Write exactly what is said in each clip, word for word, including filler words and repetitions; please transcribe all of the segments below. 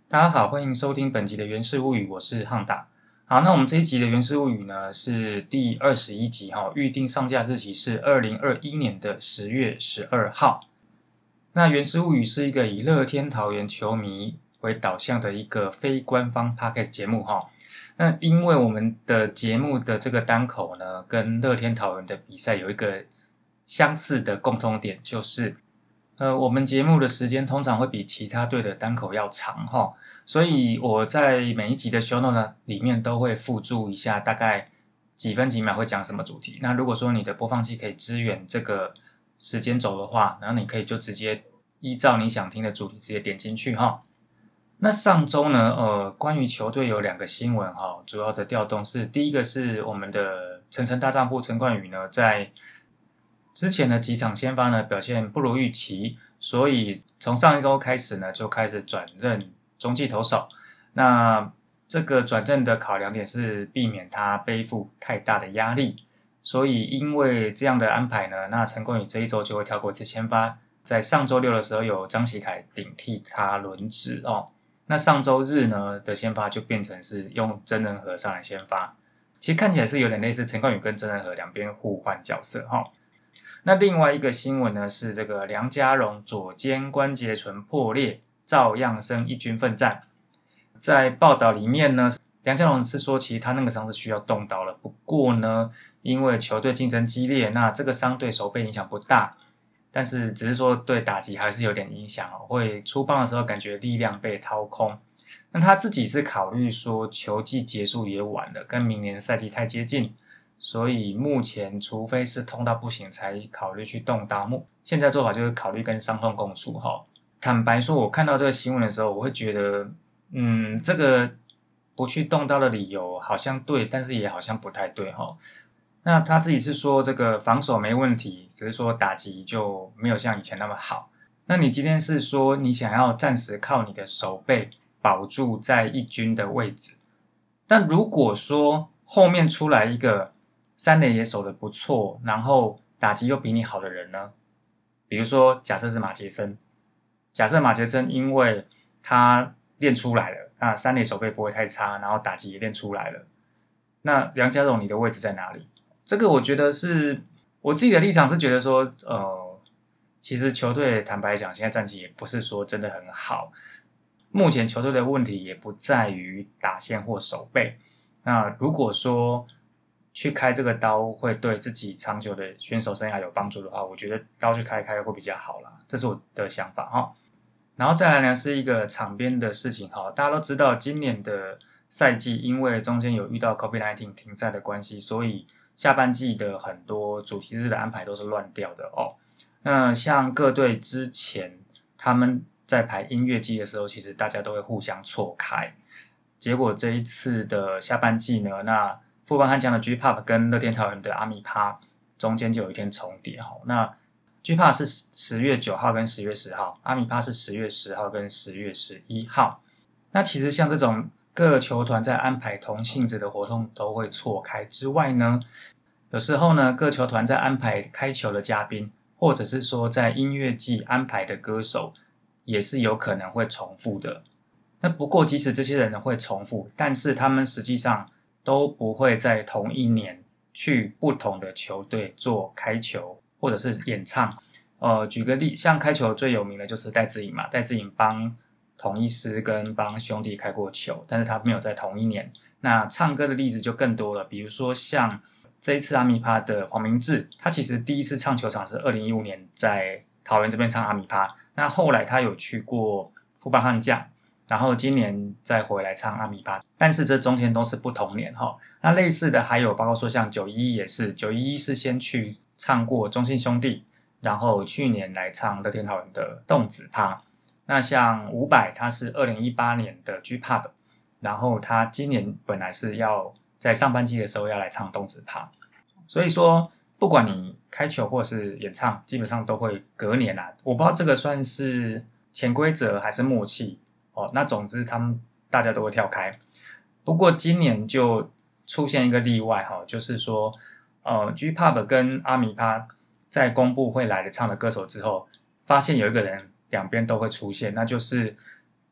大家好，欢迎收听本集的源氏物语，我是汉达。好，那我们这一集的源氏物语呢是第二十一集哈，预定上架日期是二零二一年的十月十二号。那源氏物语是一个以乐天桃园球迷为导向的一个非官方 Podcast 节目哈。那因为我们的节目的这个单口呢，跟乐天桃园的比赛有一个相似的共通点，就是呃，我们节目的时间通常会比其他队的单口要长哈，所以我在每一集的 show note 呢里面都会附注一下大概几分几秒会讲什么主题。那如果说你的播放器可以支援这个时间轴的话，然后你可以就直接依照你想听的主题直接点进去哈。那上周呢，呃，关于球队有两个新闻哈，主要的调动是第一个是我们的陈陈大丈夫陈冠宇呢在之前的几场先发呢表现不如预期，所以从上一周开始呢就开始转任中继投手。那这个转任的考量点是避免他背负太大的压力，所以因为这样的安排呢，那陈冠宇这一周就会跳过一次先发，在上周六的时候有张启凯顶替他轮值哦。那上周日呢的先发就变成是用曾仁和上来先发，其实看起来是有点类似陈冠宇跟曾仁和两边互换角色哈、哦。那另外一个新闻呢是这个梁家荣左肩关节唇破裂，照样生一军奋战。在报道里面呢，梁家荣是说其实他那个伤是需要动刀了，不过呢因为球队竞争激烈，那这个伤对手背影响不大，但是只是说对打击还是有点影响哦，会出棒的时候感觉力量被掏空。那他自己是考虑说球季结束也晚了，跟明年赛季太接近，所以目前除非是痛到不行才考虑去动刀。现在做法就是考虑跟伤痛共处哈。坦白说，我看到这个新闻的时候，我会觉得，嗯，这个不去动刀的理由好像对，但是也好像不太对哈。那他自己是说这个防守没问题，只是说打击就没有像以前那么好。那你今天是说你想要暂时靠你的手背保住在一军的位置，但如果说后面出来一个三垒也守得不错，然后打击又比你好的人呢？比如说假设是马杰森，假设马杰森因为他练出来了，那三垒守备不会太差，然后打击也练出来了，那梁家荣你的位置在哪里？这个我觉得是我自己的立场是觉得说，呃，其实球队坦白讲，现在战绩也不是说真的很好。目前球队的问题也不在于打线或守备。那如果说去开这个刀会对自己长久的选手生涯有帮助的话，我觉得刀去开开会比较好啦，这是我的想法哈。然后再来呢是一个场边的事情哈，大家都知道今年的赛季因为中间有遇到 COVID 十九 停赛的关系，所以下半季的很多主题日的安排都是乱掉的哦。那像各队之前他们在排音乐季的时候，其实大家都会互相错开。结果这一次的下半季呢，那富邦悍将的 G-P O P 跟乐天桃园的阿米趴中间就有一天重叠哈。那 G-P O P 是十月九号跟十月十号，阿米趴是十月十号跟十月十一号。那其实像这种各球团在安排同性质的活动都会错开之外呢，有时候呢各球团在安排开球的嘉宾，或者是说在音乐季安排的歌手也是有可能会重复的。那不过即使这些人会重复，但是他们实际上都不会在同一年去不同的球队做开球或者是演唱。呃，举个例，像开球最有名的就是戴资颖嘛，戴资颖帮统一狮跟帮兄弟开过球，但是他没有在同一年。那唱歌的例子就更多了，比如说像这一次阿米趴的黄明志，他其实第一次唱球场是二零一五年在桃园这边唱阿米趴，那后来他有去过富邦悍将，然后今年再回来唱阿米趴，但是这中间都是不同年哈。那类似的还有包括说像九一一也是，九一一是先去唱过中信兄弟，然后去年来唱乐天桃园的动子趴。那像伍佰他是二零一八年的 G-P O P， 然后他今年本来是要在上半季的时候要来唱动子趴，所以说不管你开球或是演唱，基本上都会隔年啊。我不知道这个算是潜规则还是默契哦。那总之他们大家都会跳开。不过今年就出现一个例外哈，就是说呃 G-P O P 跟阿米趴在公布会来的唱的歌手之后，发现有一个人两边都会出现，那就是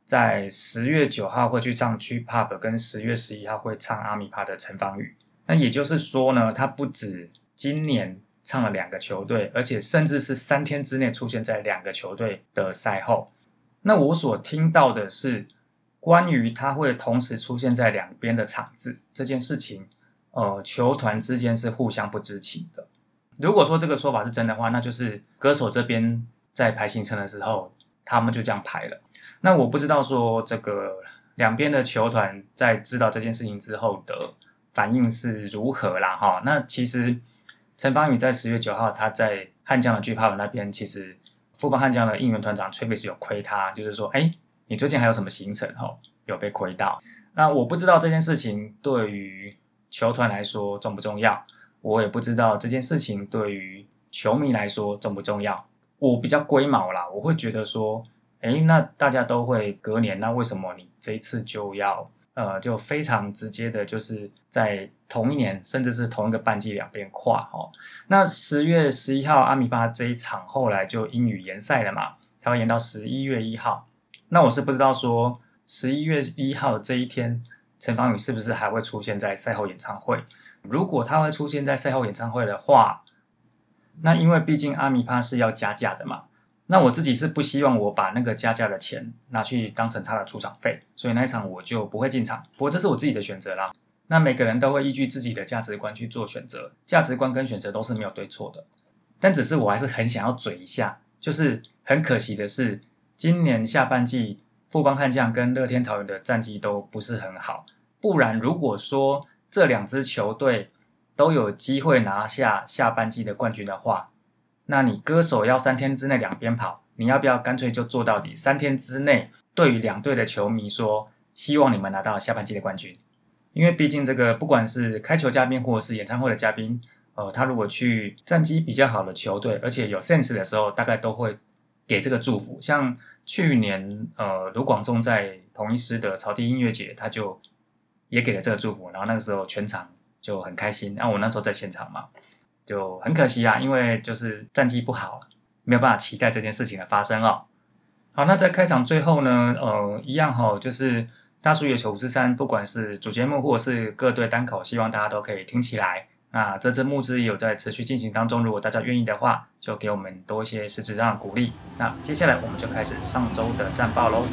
在十月九号会去唱 G Pop， 跟十月十一号会唱阿米巴的陈芳语。那也就是说呢，他不止今年唱了两个球队，而且甚至是三天之内出现在两个球队的赛后。那我所听到的是，关于他会同时出现在两边的场次这件事情，呃，球团之间是互相不知情的。如果说这个说法是真的话，那就是歌手这边在排行程的时候，他们就这样排了。那我不知道说这个两边的球团在知道这件事情之后的反应是如何啦哈。那其实陈芳语在十月九号他在悍将的 G Pop 那边，其实富邦悍将的应援团长 Travis 有亏他，就是说，哎，你最近还有什么行程？哈，有被亏到。那我不知道这件事情对于球团来说重不重要，我也不知道这件事情对于球迷来说重不重要。我比较龟毛啦，我会觉得说，哎，那大家都会隔年，那为什么你这一次就要呃，就非常直接的，就是在同一年，甚至是同一个半季两边跨哦。那十月十一号阿米巴这一场后来就因雨延赛了嘛，它会延到十一月一号。那我是不知道说十一月一号这一天，陈芳语是不是还会出现在赛后演唱会？如果他会出现在赛后演唱会的话，那因为毕竟阿米巴是要加价的嘛。那我自己是不希望我把那个加价的钱拿去当成他的出场费，所以那一场我就不会进场。不过这是我自己的选择啦。那每个人都会依据自己的价值观去做选择，价值观跟选择都是没有对错的。但只是我还是很想要嘴一下，就是很可惜的是，今年下半季富邦悍将跟乐天桃园的战绩都不是很好。不然如果说这两支球队都有机会拿下下半季的冠军的话，那你歌手要三天之内两边跑，你要不要干脆就做到底？三天之内对于两队的球迷说，希望你们拿到下半季的冠军。因为毕竟这个不管是开球嘉宾或者是演唱会的嘉宾，呃，他如果去战绩比较好的球队，而且有 sense 的时候，大概都会给这个祝福。像去年呃卢广仲在同一师的草地音乐节，他就也给了这个祝福，然后那个时候全场就很开心。然后我那时候在现场嘛。就很可惜啊，因为就是战绩不好，没有办法期待这件事情的发生哦。好，那在开场最后呢，呃，一样哈、哦，就是大叔野球五之三，不管是主节目或者是各队单口，希望大家都可以听起来。那这支募资也有在持续进行当中，如果大家愿意的话，就给我们多一些实质上的鼓励。那接下来我们就开始上周的战报喽。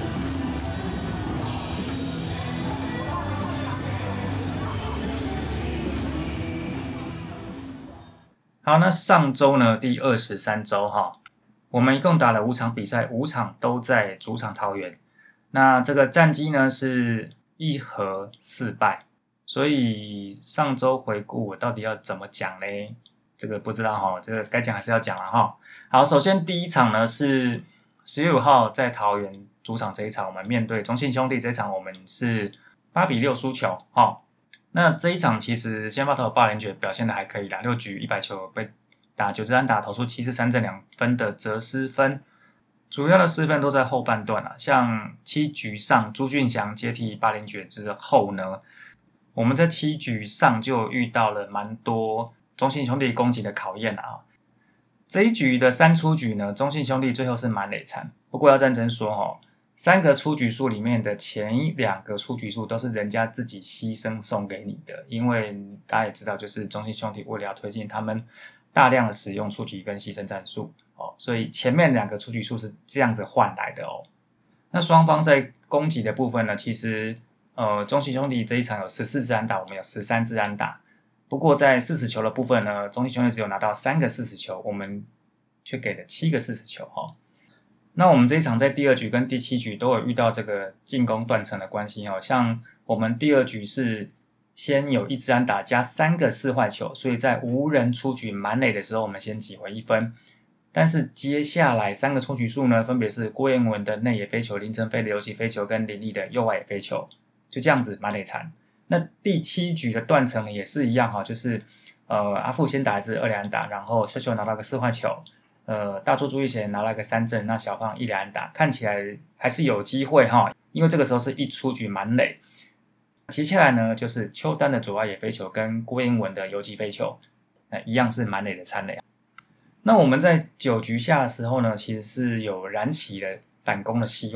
好，那上周呢，第二十三周哈，我们一共打了五场比赛，五场都在主场桃园。那这个战绩呢是一和四败，所以上周回顾我到底要怎么讲嘞？这个不知道哈，这个该讲还是要讲了哈。好，首先第一场呢是十月五号在桃园主场这一场，我们面对中信兄弟这一场，我们是八比六输球哈。那这一场其实先发投霸凌爵表现的还可以啦，六局一百球被打九支安打，投出七次三振两分的折失分，主要的失分都在后半段啦。像七局上朱俊祥接替霸凌爵之后呢，我们在七局上就遇到了蛮多中信兄弟攻击的考验啊。这一局的三出局呢，中信兄弟最后是蛮累惨，不过要认真说哦。三个出局数里面的前两个出局数都是人家自己牺牲送给你的，因为大家也知道，就是中信兄弟为了要推进他们大量的使用出局跟牺牲战术哦，所以前面两个出局数是这样子换来的哦。那双方在攻击的部分呢，其实呃中信兄弟这一场有十四支安打，我们有十三支安打，不过在四十球的部分呢，中信兄弟只有拿到三个四十球，我们却给了七个四十球哦。那我们这一场在第二局跟第七局都有遇到这个进攻断层的关系哦，像我们第二局是先有一支安打加三个四坏球，所以在无人出局满垒的时候，我们先挤回一分。但是接下来三个出局数呢，分别是郭彦文的内野飞球、林承飞的游击飞球跟林立的右外野飞球，就这样子满垒残。那第七局的断层也是一样哈，就是呃阿富先打一支二垒安打，然后秀秀拿到个四坏球。呃，大柱朱一贤拿了个三振，那小胖一垒安打，看起来还是有机会哈，因为这个时候是一出局满垒。接下来呢，就是邱丹的左外野飞球跟郭英文的游击飞球，那一样是满垒的残垒。那我们在九局下的时候呢，其实是有燃起了反攻的希望，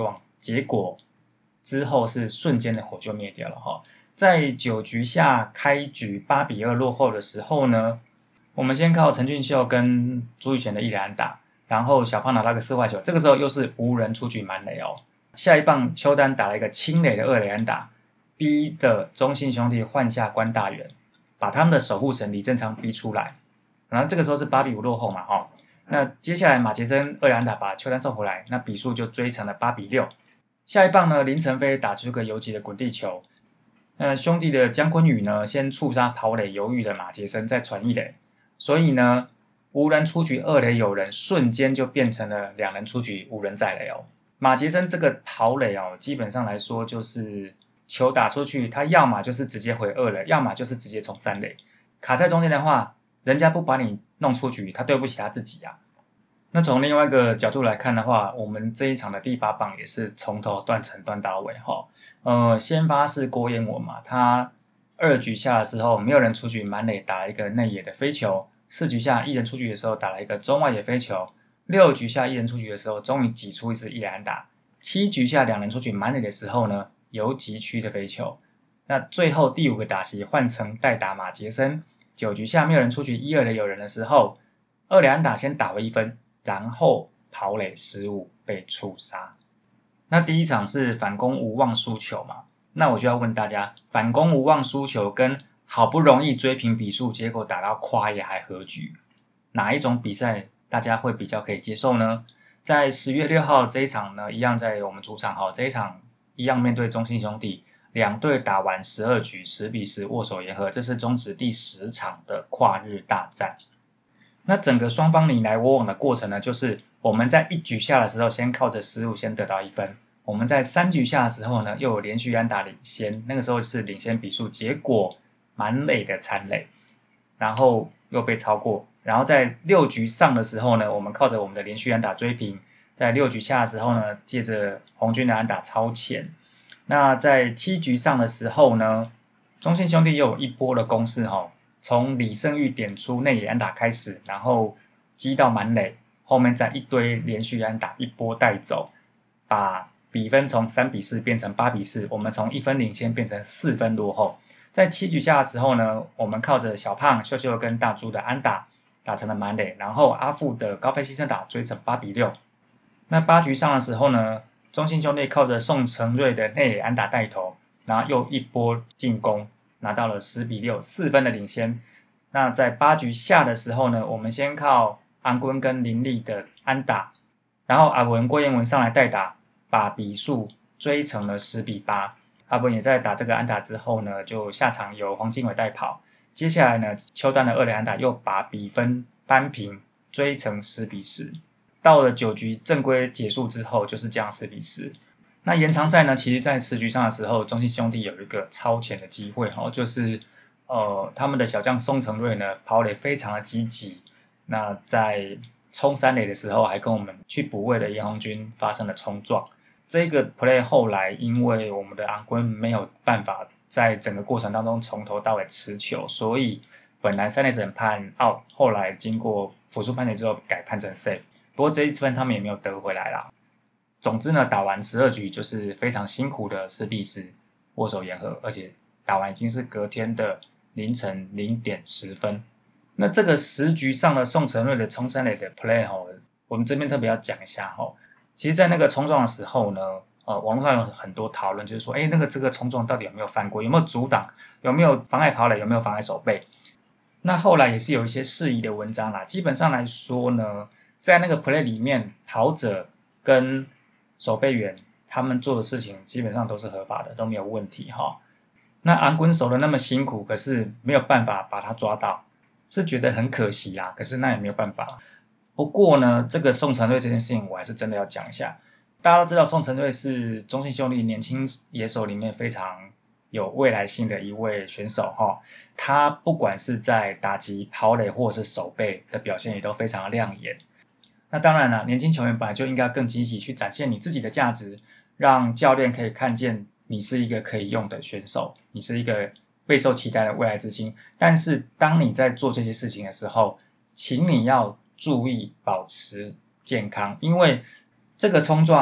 结果之后是瞬间的火就灭掉了哈。在九局下开局八比二落后的时候呢，我们先靠陈俊秀跟朱宇贤的一垒安打，然后小胖拿到个四坏球，这个时候又是无人出局满垒哦。下一棒邱丹打了一个清垒的二垒安打，逼的中信兄弟换下关大元，把他们的守护神李正昌逼出来。然后这个时候是八比五落后嘛哦。那接下来马杰森二垒安打把邱丹送回来，那比数就追成了八比六。下一棒呢，林承飞打出个游击的滚地球。那兄弟的姜昆宇呢，先触杀跑垒犹豫的马杰森，再传一垒，所以呢，无人出局二垒有人，瞬间就变成了两人出局无人在垒哦。马杰森这个跑垒哦，基本上来说就是球打出去，他要么就是直接回二垒，要么就是直接从三垒，卡在中间的话，人家不把你弄出局，他对不起他自己啊。那从另外一个角度来看的话，我们这一场的第八棒也是从头断层断到尾哈。呃，先发是郭彦文嘛，他二局下的时候没有人出局，满垒打了一个内野的飞球；四局下一人出局的时候打了一个中外野飞球；六局下一人出局的时候终于挤出一次一垒安打；七局下两人出局满垒的时候呢，游击区的飞球。那最后第五个打席换成代打马杰森，九局下没有人出局一二垒有人的时候，二垒安打先打回一分，然后跑垒失误被触杀。那第一场是反攻无望输球嘛，那我就要问大家，反攻无望输球跟好不容易追平比数，结果打到跨野还和局，哪一种比赛大家会比较可以接受呢？在十月六号这一场呢，一样在我们主场，这一场一样面对中信兄弟，两队打完十二局十比十握手言和，这是中职第十场的跨日大战。那整个双方你来我往的过程呢，就是我们在一局下的时候先靠着失误先得到一分，我们在三局下的时候呢又有连续安打领先，那个时候是领先比数，结果满垒的残垒，然后又被超过，然后在六局上的时候呢，我们靠着我们的连续安打追平，在六局下的时候呢，借着红军的安打超前。那在七局上的时候呢，中信兄弟又有一波的攻势齁，从李胜玉点出内野安打开始，然后击到满垒，后面再一堆连续安打一波带走，把比分从三比四变成八比四，我们从一分领先变成四分落后。在七局下的时候呢，我们靠着小胖、秀秀跟大猪的安打打成了满垒，然后阿富的高飞牺牲打追成八比六。那八局上的时候呢，中信兄弟靠着宋承瑞的内野安打带头，然后又一波进攻，拿到了十比六，四分的领先。那在八局下的时候呢，我们先靠安坤跟林立的安打，然后阿文郭彦文上来代打，把比数追成了十比八。阿文也在打这个安打之后呢，就下场由黄金伟代跑。接下来呢，邱丹的二垒安打又把比分扳平，追成十比十。到了九局正规结束之后，就是这样十比十。那延长赛呢，其实在十局上的时候，中信兄弟有一个超前的机会，就是呃他们的小将宋承瑞呢跑垒非常的积极，那在冲三垒的时候还跟我们去补位的严红军发生了冲撞。这个 play 后来因为我们的安坤没有办法在整个过程当中从头到尾持球，所以本来三垒审判 out， 后来经过辅助判决之后改判成 safe， 不过这一分他们也没有得回来啦。总之呢，打完十二局就是非常辛苦的十比十握手言和，而且打完已经是隔天的凌晨零点十分。那这个十局上了宋承瑞的冲三垒的 play 我们这边特别要讲一下其实在那个冲撞的时候呢，呃，网络上有很多讨论，就是说，哎，那个这个冲撞到底有没有犯规，有没有阻挡，有没有妨碍跑垒，有没有妨碍守备？那后来也是有一些适宜的文章啦。基本上来说呢，在那个 play 里面，跑者跟守备员他们做的事情基本上都是合法的，都没有问题哈。那安坤守的那么辛苦，可是没有办法把他抓到，是觉得很可惜啦。可是那也没有办法。不过呢，这个宋承瑞这件事情我还是真的要讲一下。大家都知道宋承瑞是中信兄弟年轻野手里面非常有未来性的一位选手齁，他不管是在打击、跑垒或是守备的表现也都非常亮眼。那当然了，年轻球员本来就应该更积极去展现你自己的价值，让教练可以看见你是一个可以用的选手，你是一个备受期待的未来之星。但是当你在做这些事情的时候，请你要注意保持健康，因为这个冲撞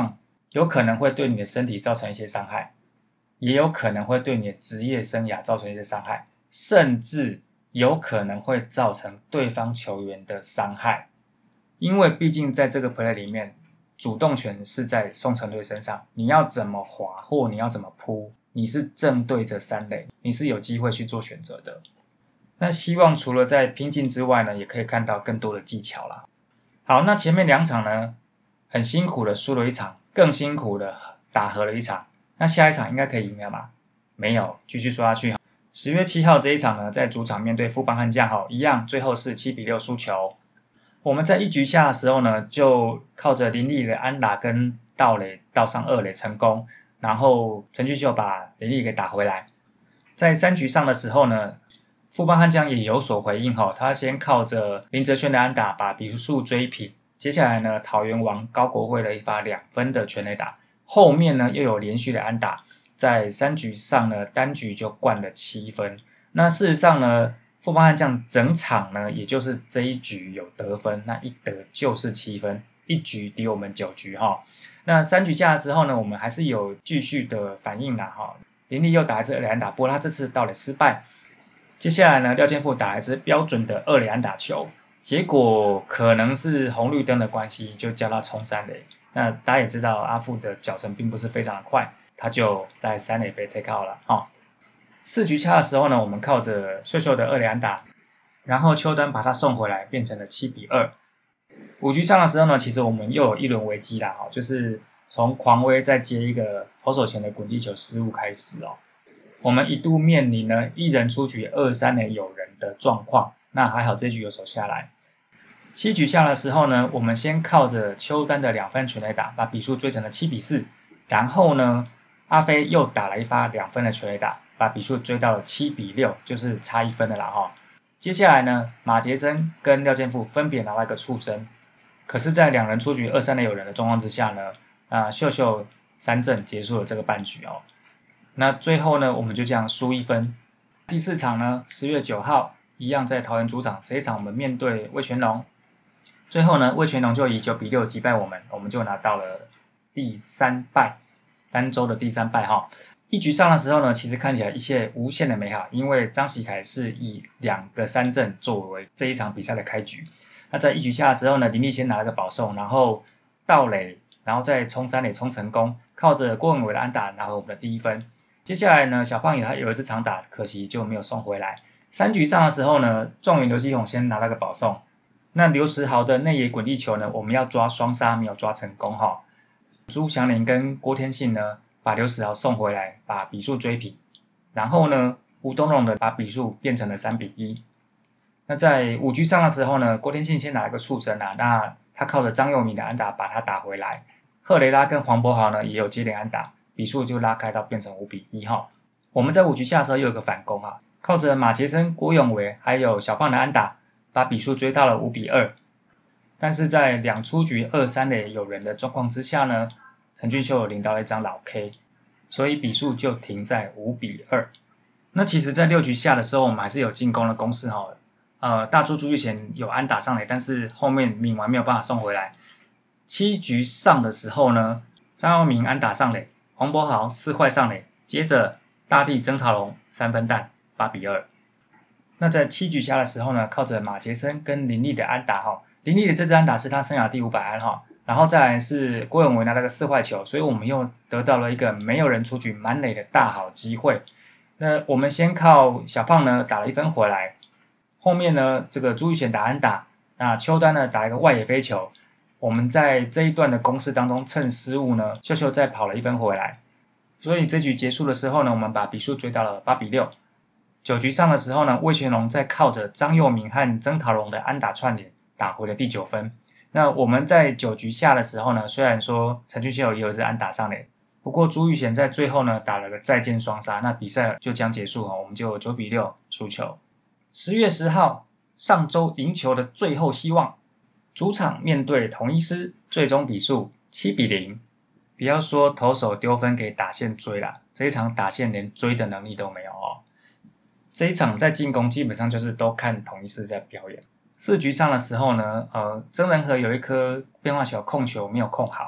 有可能会对你的身体造成一些伤害，也有可能会对你的职业生涯造成一些伤害，甚至有可能会造成对方球员的伤害。因为毕竟在这个 play 里面，主动权是在宋承瑞身上，你要怎么滑或你要怎么扑，你是正对着三垒，你是有机会去做选择的。那希望除了在拼劲之外呢，也可以看到更多的技巧啦。好，那前面两场呢，很辛苦的输了一场，更辛苦的打和了一场，那下一场应该可以赢了吗？没有，继续说下去。十月七号这一场呢，在主场面对富邦悍将，一样最后是七比六输球。我们在一局下的时候呢，就靠着林立的安打跟盗垒盗上二垒成功，然后陈俊秀把林立给打回来。在三局上的时候呢，富邦悍将也有所回应，他先靠着林哲瑄的安打把比数追平，接下来呢，桃园王高国辉的一发两分的全垒打，后面呢又有连续的安打，在三局上呢单局就灌了七分。那事实上呢，富邦悍将整场呢也就是这一局有得分，那一得就是七分，一局抵我们九局哈。那三局下的时候呢，我们还是有继续的反应啦哈。林立又打一支二垒安打，不过他这次盗垒失败。接下来呢，廖健富打了一支标准的二垒安打球，结果可能是红绿灯的关系，就叫他冲三垒。那大家也知道，阿富的脚程并不是非常的快，他就在三垒被 take out 了哈。四局下的时候呢，我们靠着秀秀的二垒安打，然后邱丹把他送回来，变成了七比二。五局上的时候呢，其实我们又有一轮危机啦，就是从狂威再接一个投手前的滚地球失误开始哦。我们一度面临了一人出局二三垒有人的状况，那还好这局有守下来。七局下的时候呢，我们先靠着邱丹的两分全垒打把比数追成了七比四，然后呢，阿飞又打了一发两分的全垒打，把比数追到了七比六，就是差一分的啦哈。接下来呢，马杰森跟廖健富分别拿到一个触身，可是在两人出局二三垒有人的状况之下呢，啊、呃，秀秀三振结束了这个半局哦。那最后呢，我们就这样输一分。第四场呢，十月九号一样在桃园主场，这一场我们面对味全龙，最后呢，味全龙就以九比六击败我们，我们就拿到了第三败，单周的第三败哈。一局上的时候呢，其实看起来一切无限的美好，因为张喜凯是以两个三振作为这一场比赛的开局。那在一局下的时候呢，林立先拿了个保送，然后盗垒，然后再冲三垒冲成功，靠着郭文伟的安打拿回我们的第一分。接下来呢，小胖也有一次长打，可惜就没有送回来。三局上的时候呢，状元刘基宏先拿了个保送，那刘时豪的内野滚地球呢，我们要抓双杀没有抓成功哈。朱祥林跟郭天信呢，把刘时豪送回来，把比数追平。然后呢，吴东荣的把比数变成了三比一。那在五局上的时候呢，郭天信先拿了个触身啊，那他靠着张佑铭的安打把他打回来。赫雷拉跟黄柏豪呢也有接连安打，比数就拉开到变成五比一哈。我们在五局下的时候又有个反攻啊，靠着马杰森、郭永维还有小胖的安打，把比数追到了五比二。但是在两出局二三垒有人的状况之下呢，陈俊秀有领到了一张老 K， 所以比数就停在五比二。那其实在六局下的时候，我们还是有进攻的攻势哈。呃，大猪朱玉贤有安打上垒，但是后面敏完没有办法送回来。七局上的时候呢，张耀明安打上垒，黄柏豪四坏上垒，接着大地曾陶龙三分弹八比二。那在七局下的时候呢，靠着马杰森跟林立的安打哈，林立的这支安打是他生涯第五百安哈，然后再来是郭永维拿了个四坏球，所以我们又得到了一个没有人出局满垒的大好机会。那我们先靠小胖呢打了一分回来，后面呢这个朱玉贤打安打，那邱丹呢打一个外野飞球，我们在这一段的攻势当中趁失误呢，秀秀再跑了一分回来，所以这局结束的时候呢，我们把比数追到了八比六。九局上的时候呢，味全龙再靠着张佑铭和曾陶龙的安打串联打回了第九分。那我们在九局下的时候呢，虽然说陈俊秀也有一支安打上垒，不过朱玉贤在最后呢打了个再见双杀，那比赛就将结束，我们就九比六输球。十月十号，上周赢球的最后希望，主场面对统一狮，最终比数七比零。不要说投手丢分给打线追啦，这一场打线连追的能力都没有哦。这一场在进攻基本上就是都看统一狮在表演。四局上的时候呢，呃，曾仁和有一颗变化球控球没有控好，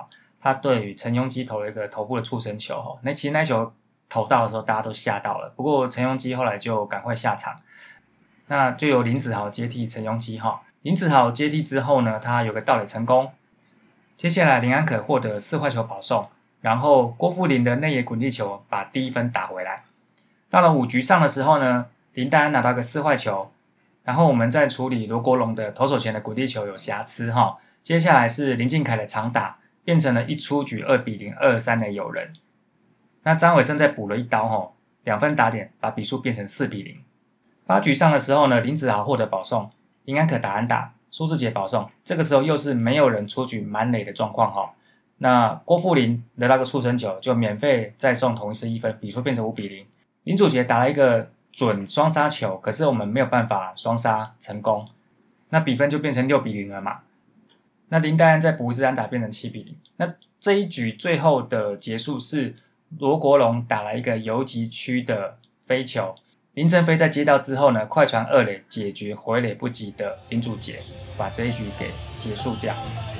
他对于陈鏞基投了一个头部的触身球哈，那其实那球投到的时候大家都吓到了，不过陈鏞基后来就赶快下场，那就由林子豪接替陈鏞基哈。林子豪接替之后呢，他有个盗垒成功，接下来林安可获得四坏球保送，然后郭富林的内野滚地球把第一分打回来。到了五局上的时候呢，林岱安拿到个四坏球，然后我们在处理罗国龙的投手前的滚地球有瑕疵哈。接下来是林靖凯的长打，变成了一出局二比零、二三的友人。那张伟生再补了一刀哈，两分打点把比数变成四比零。八局上的时候呢，林子豪获得保送，林安可打安打，苏智杰保送。这个时候又是没有人出局满垒的状况哈。那郭富林得到个触身球，就免费再送同一师一分，比数变成五比零。林祖杰打了一个准双杀球，可是我们没有办法双杀成功，那比分就变成六比零了嘛。那林岱安再补一支安打变成七比零。那这一局最后的结束是罗国龙打了一个游击区的飞球，林承飞在接到之后呢，快传二垒解决回垒不及的林祖杰，把这一局给结束掉。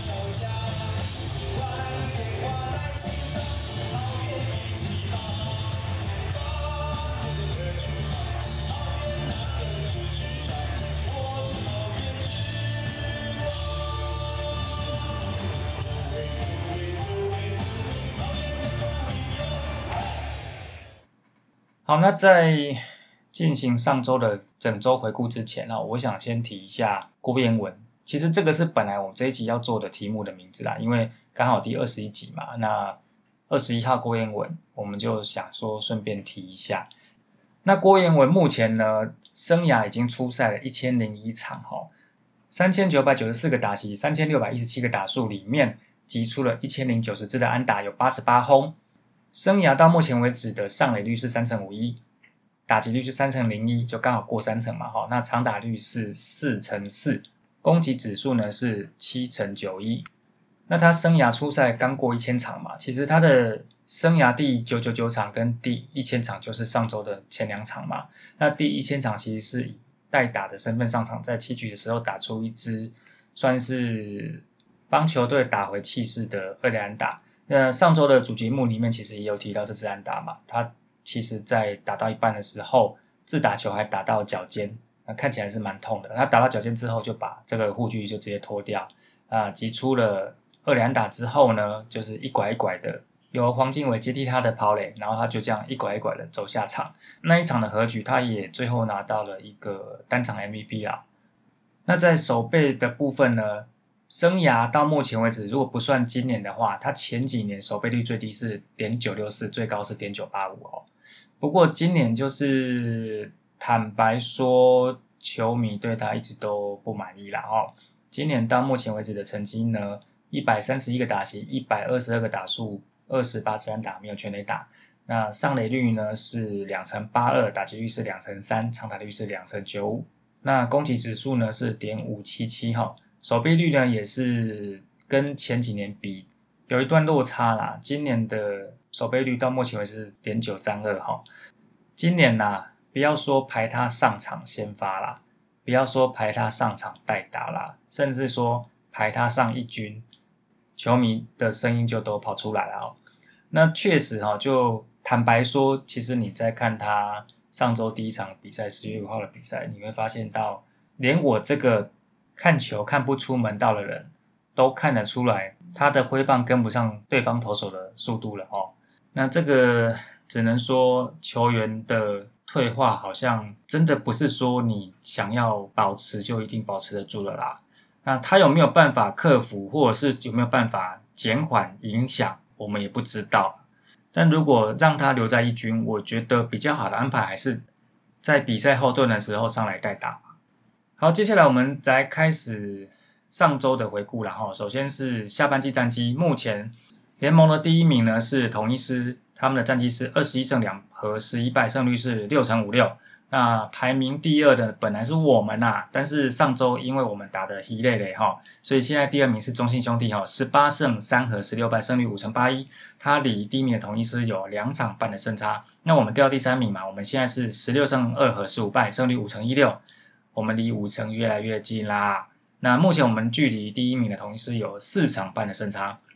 好，那在进行上周的整周回顾之前，我想先提一下郭彦文。其实这个是本来我们这一集要做的题目的名字啦，因为刚好第二十一集嘛，那二十一号郭彦文，我们就想说顺便提一下。那郭彦文目前呢，生涯已经出赛了一千零一场齁，三千九百九十四个打席，三千六百一十七个打数里面，击出了一千零九十支的安打，有八十八轰。生涯到目前为止的上垒率是三成五一，打击率是三成零一，就刚好过三成嘛齁。那长打率是四成四，攻击指数呢是七成九一。那他生涯出赛刚过一千场嘛，其实他的生涯第九百九十九场跟第一千场就是上周的前两场嘛。那第一千场其实是以代打的身份上场，在七局的时候打出一支算是帮球队打回气势的二垒安打。那上周的主节目里面其实也有提到这支安打嘛，他其实在打到一半的时候自打球还打到脚尖，那看起来是蛮痛的。他打到脚尖之后就把这个护具就直接脱掉啊，击出了二垒安打之后呢，就是一拐一拐的由黄敬伟接替他的跑垒，然后他就这样一拐一拐的走下场。那一场的和局他也最后拿到了一个单场 M V P 啦。那在守备的部分呢，生涯到目前为止，如果不算今年的话，他前几年守备率最低是 点九六四， 最高是 点九八五 哦。不过今年就是坦白说，球迷对他一直都不满意啦哦。今年到目前为止的成绩呢，一百三十一个打席，一百二十二个打数，二十八支安打，没有全垒打。那上垒率呢是两成八二，打击率是两成三，长打率是两成九五。那攻击指数呢是 点五七七 哈。守备率呢也是跟前几年比有一段落差啦，今年的守备率到目前为止是 点九三二 哈。今年啦，不要说排他上场先发啦，不要说排他上场代打啦，甚至说排他上一军，球迷的声音就都跑出来了哦。那确实哈，就坦白说，其实你在看他上周第一场比赛十月五号的比赛，你会发现到连我这个看球看不出门道的人都看得出来，他的挥棒跟不上对方投手的速度了哦。那这个只能说球员的退化好像真的不是说你想要保持就一定保持得住了啦。那他有没有办法克服，或者是有没有办法减缓影响，我们也不知道。但如果让他留在一军，我觉得比较好的安排还是在比赛后段的时候上来代打。好，接下来我们来开始上周的回顾啦齁。首先是下半季战绩，目前联盟的第一名呢是统一狮，他们的战绩是二十一胜两和十一败，胜率是六成五六。那排名第二的本来是我们啦，但是上周因为我们打的疲累了齁，所以现在第二名是中信兄弟齁，十八胜三和十六败，胜率五成八一，他离第一名的统一狮有两场半的胜差。那我们掉第三名嘛，我们现在是十六胜二和十五败，胜率五成一六。我们离五成越来越近啦。那目前我们距离第一名的统一狮有四场半的胜差。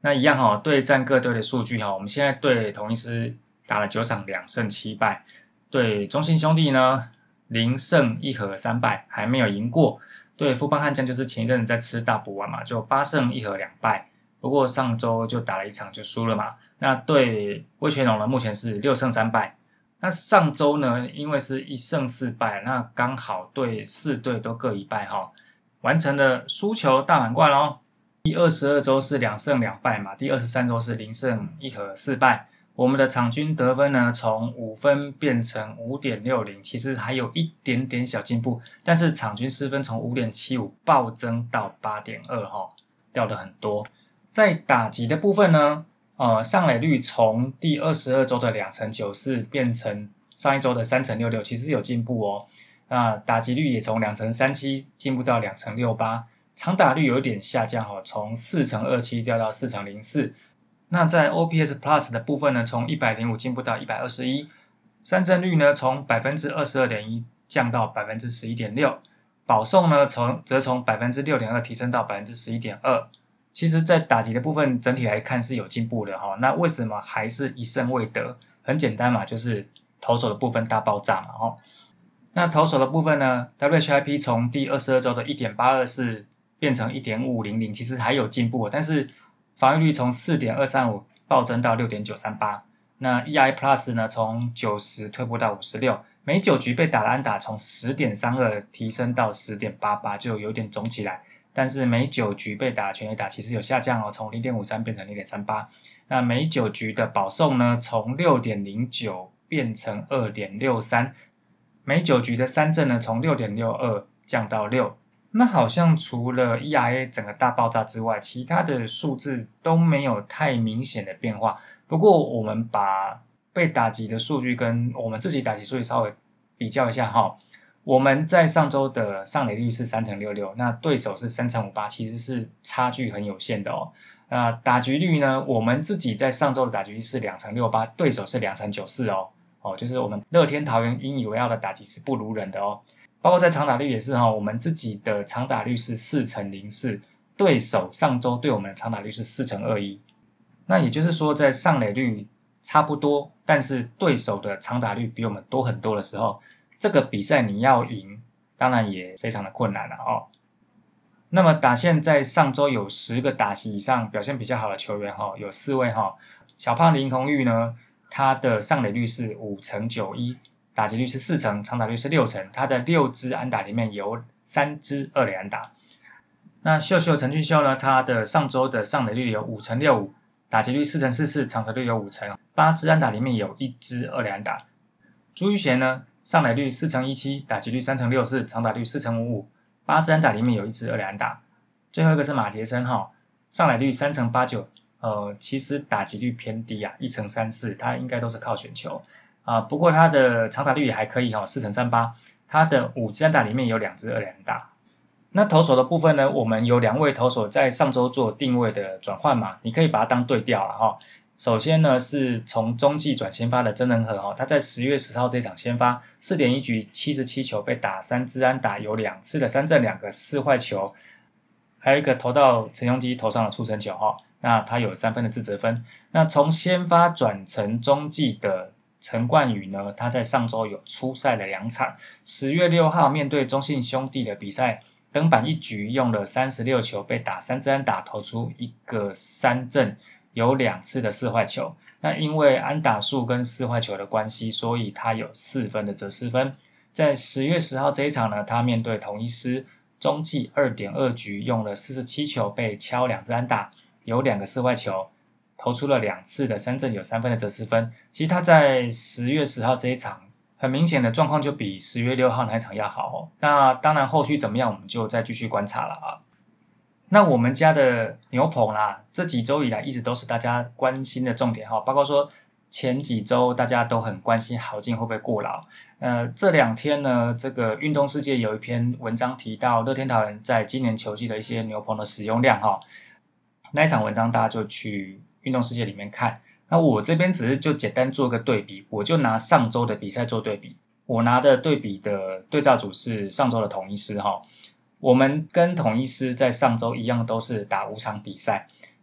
那一样哈，对战各队的数据哈，我们现在对统一狮打了九场两胜七败，对中信兄弟呢零胜一和三败，还没有赢过。对富邦悍将就是前一阵子在吃大补丸嘛，就八胜一和两败，不过上周就打了一场就输了嘛。那对味全龙呢，目前是六胜三败。那上周呢，因为是一胜四败，那刚好对四队都各一败哈，完成了输球大满贯咯。第二十二周是两胜两败嘛，第二十三周是零胜一和四败。我们的场均得分呢，从五分变成 五点六零， 其实还有一点点小进步，但是场均失分从 五点七五 暴增到 八点二 齁，掉了很多。在打击的部分呢，呃，上垒率从第二十二周的两成九四变成上一周的三成六六，其实有进步哦。那打击率也从两成三七进步到两成六八，长打率有点下降哦，从四成二七掉到四成零四。那在 O P S Plus 的部分呢，从一百零五进步到一百二十一，三振率呢从 百分之二十二点一 降到 百分之十一点六， 保送呢从则从 百分之六点二 提升到 百分之十一点二。 其实在打击的部分整体来看是有进步的齁，那为什么还是一胜未得？很简单嘛，就是投手的部分大爆炸嘛齁。那投手的部分呢， W H I P 从第二十二周的 一点八二四 变成 一点五五零零， 其实还有进步，但是防御率从 四点二三五 暴增到 六点九三八。 那 E R A Plus 呢，从九十退步到五十六，每九局被打的安打从 十点三二 提升到 十点八八， 就有点肿起来。但是每九局被打全垒打其实有下降哦，从 零点五三 变成 零点三八。 那每九局的保送呢，从 六点零九 变成 二点六三， 每九局的三振呢，从 六点六二 降到六。那好像除了 E R A 整个大爆炸之外，其他的数字都没有太明显的变化。不过我们把被打击的数据跟我们自己打击数据稍微比较一下哈。我们在上周的上垒率是三成六六，那对手是三成五八，其实是差距很有限的哦。那打击率呢，我们自己在上周的打击率是两成六八，对手是两成九四哦。哦，就是我们乐天桃园引以为傲的打击是不如人的哦。包括在长打率也是哈，我们自己的长打率是四成零四，对手上周对我们的长打率是四成二一。那也就是说，在上垒率差不多，但是对手的长打率比我们多很多的时候，这个比赛你要赢，当然也非常的困难了哦。那么打线在上周有十个打席以上表现比较好的球员哈，有四位哈。小胖林泓育呢，他的上垒率是五成九一。打击率是四成，长打率是六成，他的六支安打里面有三支二垒安打。那秀秀陈俊秀呢，他的上周的上垒率有五成六五，打击率四成四四，长打率有五成，八支安打里面有一支二垒安打。朱玉贤呢，上垒率四成一七，打击率三成六四，长打率四成五五，八支安打里面有一支二垒安打。最后一个是马杰森哈，上垒率三成八九，呃，其实打击率偏低啊，一成三四，他应该都是靠选球。啊，不过他的长打率也还可以哈，四成三八，他的五支安打里面有两支二垒安打。那投手的部分呢，我们有两位投手在上周做定位的转换嘛，你可以把它当对调了哈。首先呢，是从中继转先发的曾仁和哈，他在十月十号这场先发， 四点一局七十七球被打三支安打，有两次的三振，两个四坏球，还有一个投到陈鏞基头上的触身球哈，那他有三分的自责分。那从先发转成中继的陈冠宇呢，他在上周有出赛了两场，十月六号面对中信兄弟的比赛，登板一局用了三十六球被打三支安打，投出一个三振，有两次的四坏球。那因为安打数跟四坏球的关系，所以他有四分的责失分。在十月十号这一场呢，他面对统一狮，中继 二点二局用了四十七球被敲两支安打，有两个四坏球，投出了两次的三振，有三分的责失分。其实他在十月十号这一场很明显的状况就比十月六号那一场要好哦。那当然后续怎么样我们就再继续观察了啊。那我们家的牛棚啦，这几周以来一直都是大家关心的重点哈，包括说前几周大家都很关心豪进会不会过劳。呃，这两天呢，这个运动世界有一篇文章提到乐天桃园在今年球季的一些牛棚的使用量哈，那一场文章大家就去运动世界里面看。那我这边只是就简单做个对比，我就拿上周的比赛做对比。我拿的对比的对照组是上周的统一狮哈，我们跟统一狮在上周一样都是打五场比赛。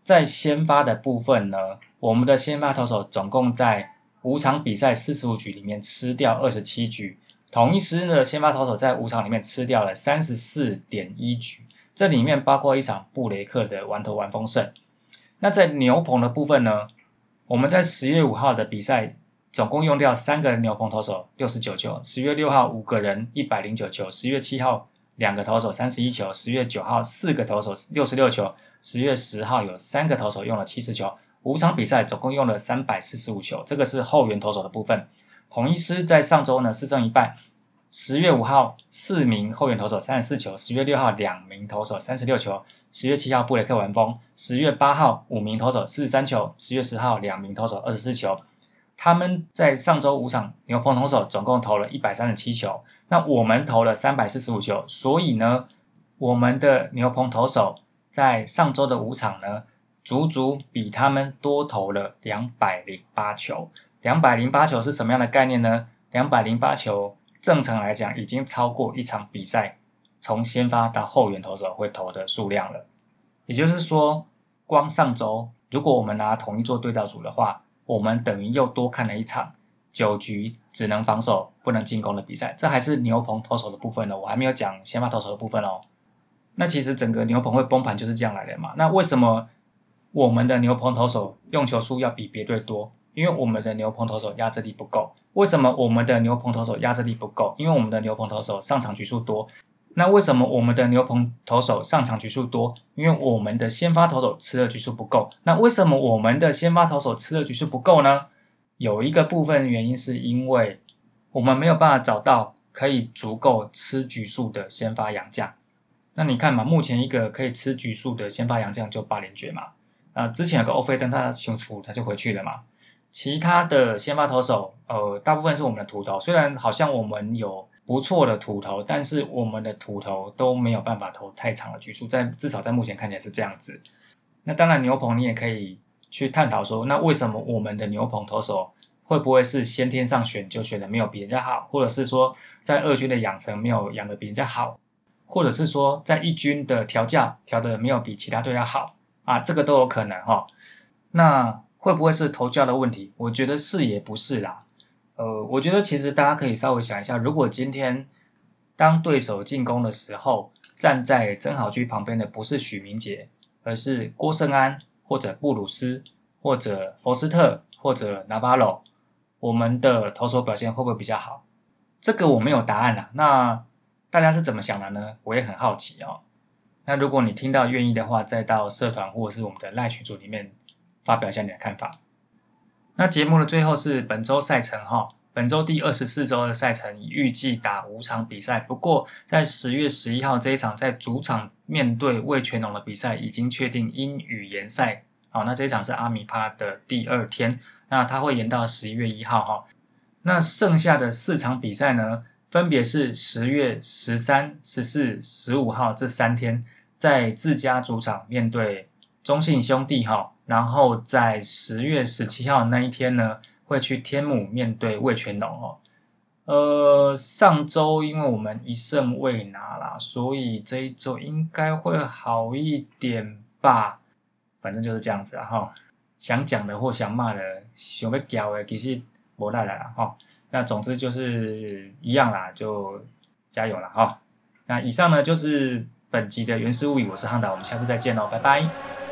在先发的部分呢，我们的先发投手总共在五场比赛四十五局里面吃掉二十七局，统一狮的先发投手在五场里面吃掉了 三十四点一局，这里面包括一场布雷克的完投完封胜。那在牛棚的部分呢，我们在十月五号的比赛总共用掉三个牛棚投手六十九球，十月六号五个人一百零九球，十月七号两个投手三十一球，十月九号四个投手六十六球，十月十号有三个投手用了七十球，五场比赛总共用了三百四十五球，这个是后援投手的部分。统一狮在上周呢四胜一败，十月五号四名后援投手三十四球，十月六号两名投手三十六球，十月七号布雷克完封，十月八号五名投手四十三球，十月十号两名投手二十四球。他们在上周五场牛棚投手总共投了一百三十七球，那我们投了三百四十五球，所以呢我们的牛棚投手在上周的五场呢足足比他们多投了两百零八球。两百零八球是什么样的概念呢？两百零八球正常来讲已经超过一场比赛从先发到后援投手会投的数量了。也就是说，光上周如果我们拿统一做对照组的话，我们等于又多看了一场九局只能防守不能进攻的比赛。这还是牛棚投手的部分呢，我还没有讲先发投手的部分哦。那其实整个牛棚会崩盘就是这样来的嘛。那为什么我们的牛棚投手用球数要比别队多？因为我们的牛棚投手压制力不够。为什么我们的牛棚投手压制力不够？因为我们的牛棚投手上场局数多。那为什么我们的牛棚投手上场局数多？因为我们的先发投手吃的局数不够。那为什么我们的先发投手吃的局数不够呢？有一个部分原因是因为我们没有办法找到可以足够吃局数的先发洋将。那你看嘛，目前一个可以吃局数的先发洋将就八连爵嘛。呃，之前有个欧菲登他休出他就回去了嘛。其他的先发投手呃，大部分是我们的土投，虽然好像我们有不错的土投，但是我们的土投都没有办法投太长的局数，在至少在目前看起来是这样子。那当然牛棚你也可以去探讨说，那为什么我们的牛棚投手会不会是先天上选就选的没有比人家好，或者是说在二军的养成没有养的比人家好，或者是说在一军的调教调的没有比其他队要好啊，这个都有可能齁。那会不会是投教的问题？我觉得是也不是啦。呃，我觉得其实大家可以稍微想一下，如果今天当对手进攻的时候，站在曾豪居旁边的不是许明杰，而是郭胜安或者布鲁斯或者佛斯特或者纳巴罗，我们的投手表现会不会比较好？这个我没有答案啦。那大家是怎么想的呢？我也很好奇哦。那如果你听到愿意的话，再到社团或者是我们的赖群组里面发表一下你的看法。那节目的最后是本周赛程哈，本周第二十四周的赛程预计打五场比赛，不过在十月十一号这一场在主场面对味全龙的比赛已经确定因雨延赛，好，那这一场是阿米帕的第二天，那它会延到十一月一号哈。那剩下的四场比赛呢，分别是十月十三、十四、十五号这三天在自家主场面对中信兄弟哈。然后在十月十七号那一天呢，会去天母面对味全龙哦。呃，上周因为我们一胜未拿啦，所以这一周应该会好一点吧。反正就是这样子啦哈。想讲的或想骂的，想要叫的，其实没赖啦哈。那总之就是一样啦，就加油啦哈。那以上呢就是本集的原始物语，我是汉达，我们下次再见喽，拜拜。